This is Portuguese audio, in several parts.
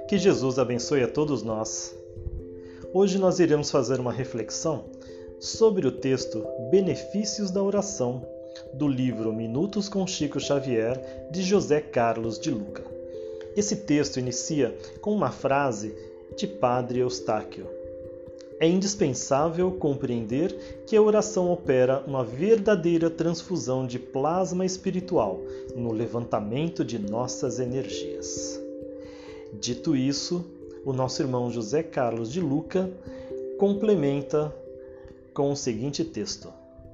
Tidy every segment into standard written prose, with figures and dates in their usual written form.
Que Jesus abençoe a todos nós. Hoje nós iremos fazer uma reflexão sobre o texto Benefícios da Oração, do livro Minutos com Chico Xavier, de José Carlos de Luca. Esse texto inicia com uma frase de Padre Eustáquio. É indispensável compreender que a oração opera uma verdadeira transfusão de plasma espiritual no levantamento de nossas energias. Dito isso, o nosso irmão José Carlos de Luca complementa com o seguinte texto.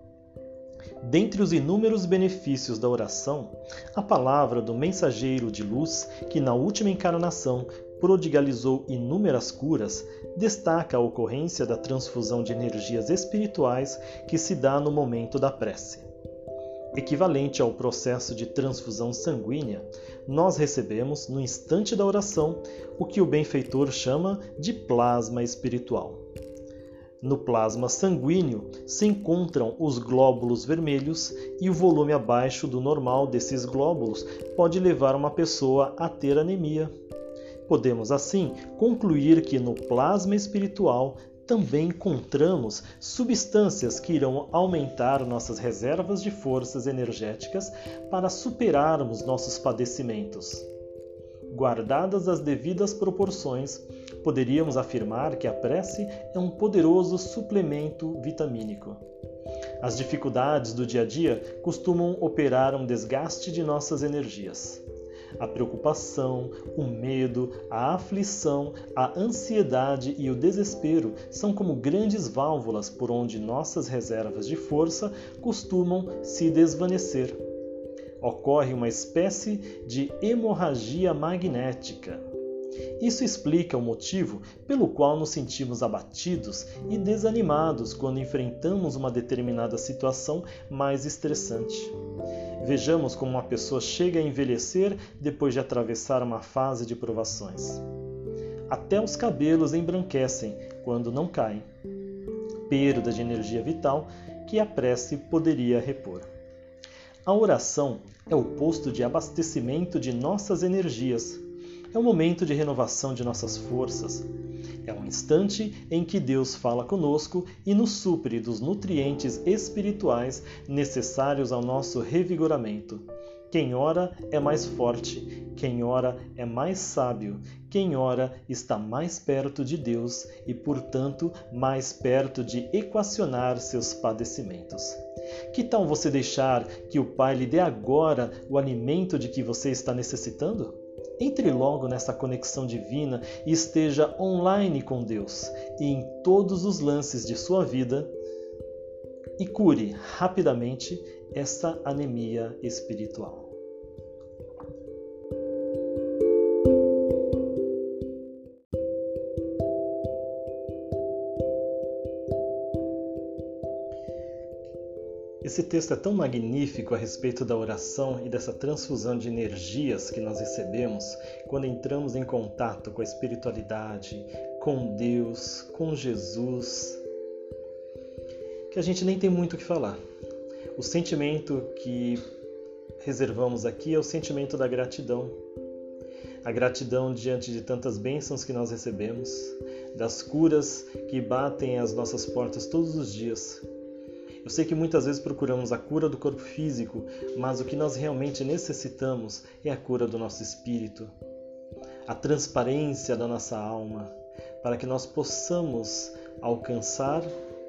Dentre os inúmeros benefícios da oração, a palavra do mensageiro de luz, que na última encarnação prodigalizou inúmeras curas, destaca a ocorrência da transfusão de energias espirituais que se dá no momento da prece. Equivalente ao processo de transfusão sanguínea, nós recebemos, no instante da oração, o que o benfeitor chama de plasma espiritual. No plasma sanguíneo se encontram os glóbulos vermelhos e o volume abaixo do normal desses glóbulos pode levar uma pessoa a ter anemia. Podemos, assim, concluir que no plasma espiritual também encontramos substâncias que irão aumentar nossas reservas de forças energéticas para superarmos nossos padecimentos. Guardadas as devidas proporções, poderíamos afirmar que a prece é um poderoso suplemento vitamínico. As dificuldades do dia a dia costumam operar um desgaste de nossas energias. A preocupação, o medo, a aflição, a ansiedade e o desespero são como grandes válvulas por onde nossas reservas de força costumam se desvanecer. Ocorre uma espécie de hemorragia magnética. Isso explica o motivo pelo qual nos sentimos abatidos e desanimados quando enfrentamos uma determinada situação mais estressante. Vejamos como uma pessoa chega a envelhecer depois de atravessar uma fase de provações. Até os cabelos embranquecem quando não caem. Perda de energia vital que a prece poderia repor. A oração é o posto de abastecimento de nossas energias. É o momento de renovação de nossas forças. É um instante em que Deus fala conosco e nos supre dos nutrientes espirituais necessários ao nosso revigoramento. Quem ora é mais forte, quem ora é mais sábio, quem ora está mais perto de Deus e, portanto, mais perto de equacionar seus padecimentos. Que tal você deixar que o Pai lhe dê agora o alimento de que você está necessitando? Entre logo nessa conexão divina e esteja online com Deus e em todos os lances de sua vida e cure rapidamente essa anemia espiritual. Esse texto é tão magnífico a respeito da oração e dessa transfusão de energias que nós recebemos quando entramos em contato com a espiritualidade, com Deus, com Jesus, que a gente nem tem muito o que falar. O sentimento que reservamos aqui é o sentimento da gratidão. A gratidão diante de tantas bênçãos que nós recebemos, das curas que batem às nossas portas todos os dias. Eu sei que muitas vezes procuramos a cura do corpo físico, mas o que nós realmente necessitamos é a cura do nosso espírito, a transparência da nossa alma, para que nós possamos alcançar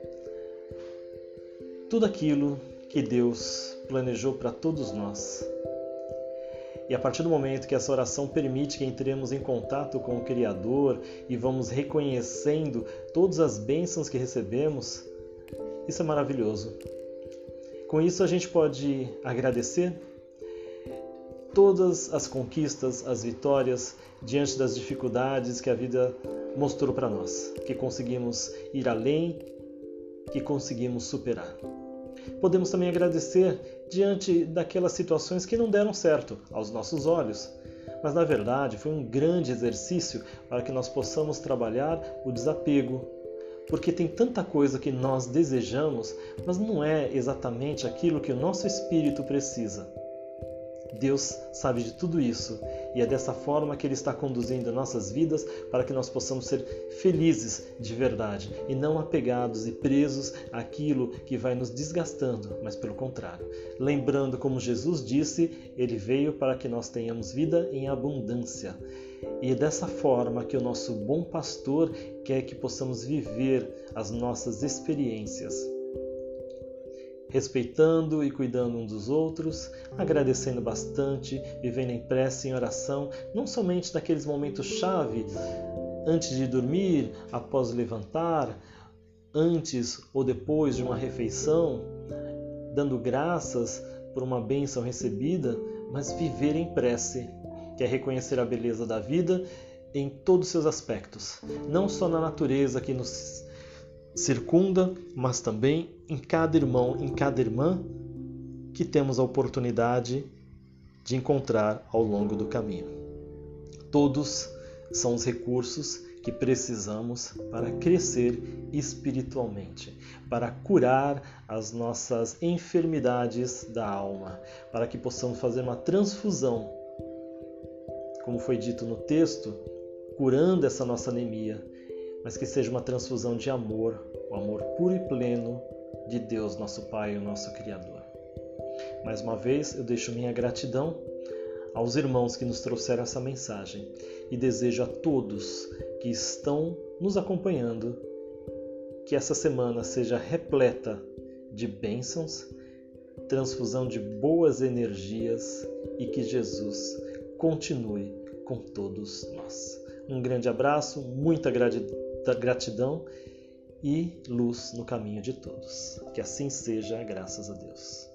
tudo aquilo que Deus planejou para todos nós. E a partir do momento que essa oração permite que entremos em contato com o Criador e vamos reconhecendo todas as bênçãos que recebemos, isso é maravilhoso. Com isso a gente pode agradecer todas as conquistas, as vitórias diante das dificuldades que a vida mostrou para nós, que conseguimos ir além, que conseguimos superar. Podemos também agradecer diante daquelas situações que não deram certo aos nossos olhos, mas na verdade foi um grande exercício para que nós possamos trabalhar o desapego, porque tem tanta coisa que nós desejamos, mas não é exatamente aquilo que o nosso espírito precisa. Deus sabe de tudo isso E é dessa forma que Ele está conduzindo nossas vidas para que nós possamos ser felizes de verdade e não apegados e presos àquilo que vai nos desgastando, mas pelo contrário. Lembrando, como Jesus disse, Ele veio para que nós tenhamos vida em abundância. E é dessa forma que o nosso bom pastor quer que possamos viver as nossas experiências, respeitando e cuidando uns dos outros, agradecendo bastante, vivendo em prece e em oração, não somente naqueles momentos-chave, antes de dormir, após levantar, antes ou depois de uma refeição, dando graças por uma bênção recebida, mas viver em prece, que é reconhecer a beleza da vida em todos os seus aspectos, não só na natureza que nos circunda, mas também em cada irmão, em cada irmã que temos a oportunidade de encontrar ao longo do caminho. Todos são os recursos que precisamos para crescer espiritualmente, para curar as nossas enfermidades da alma, para que possamos fazer uma transfusão, como foi dito no texto, curando essa nossa anemia, mas que seja uma transfusão de amor, o amor puro e pleno de Deus, nosso Pai, o nosso Criador. Mais uma vez, eu deixo minha gratidão aos irmãos que nos trouxeram essa mensagem e desejo a todos que estão nos acompanhando que essa semana seja repleta de bênçãos, transfusão de boas energias e que Jesus continue com todos nós. Um grande abraço, muita gratidão e luz no caminho de todos. Que assim seja, graças a Deus.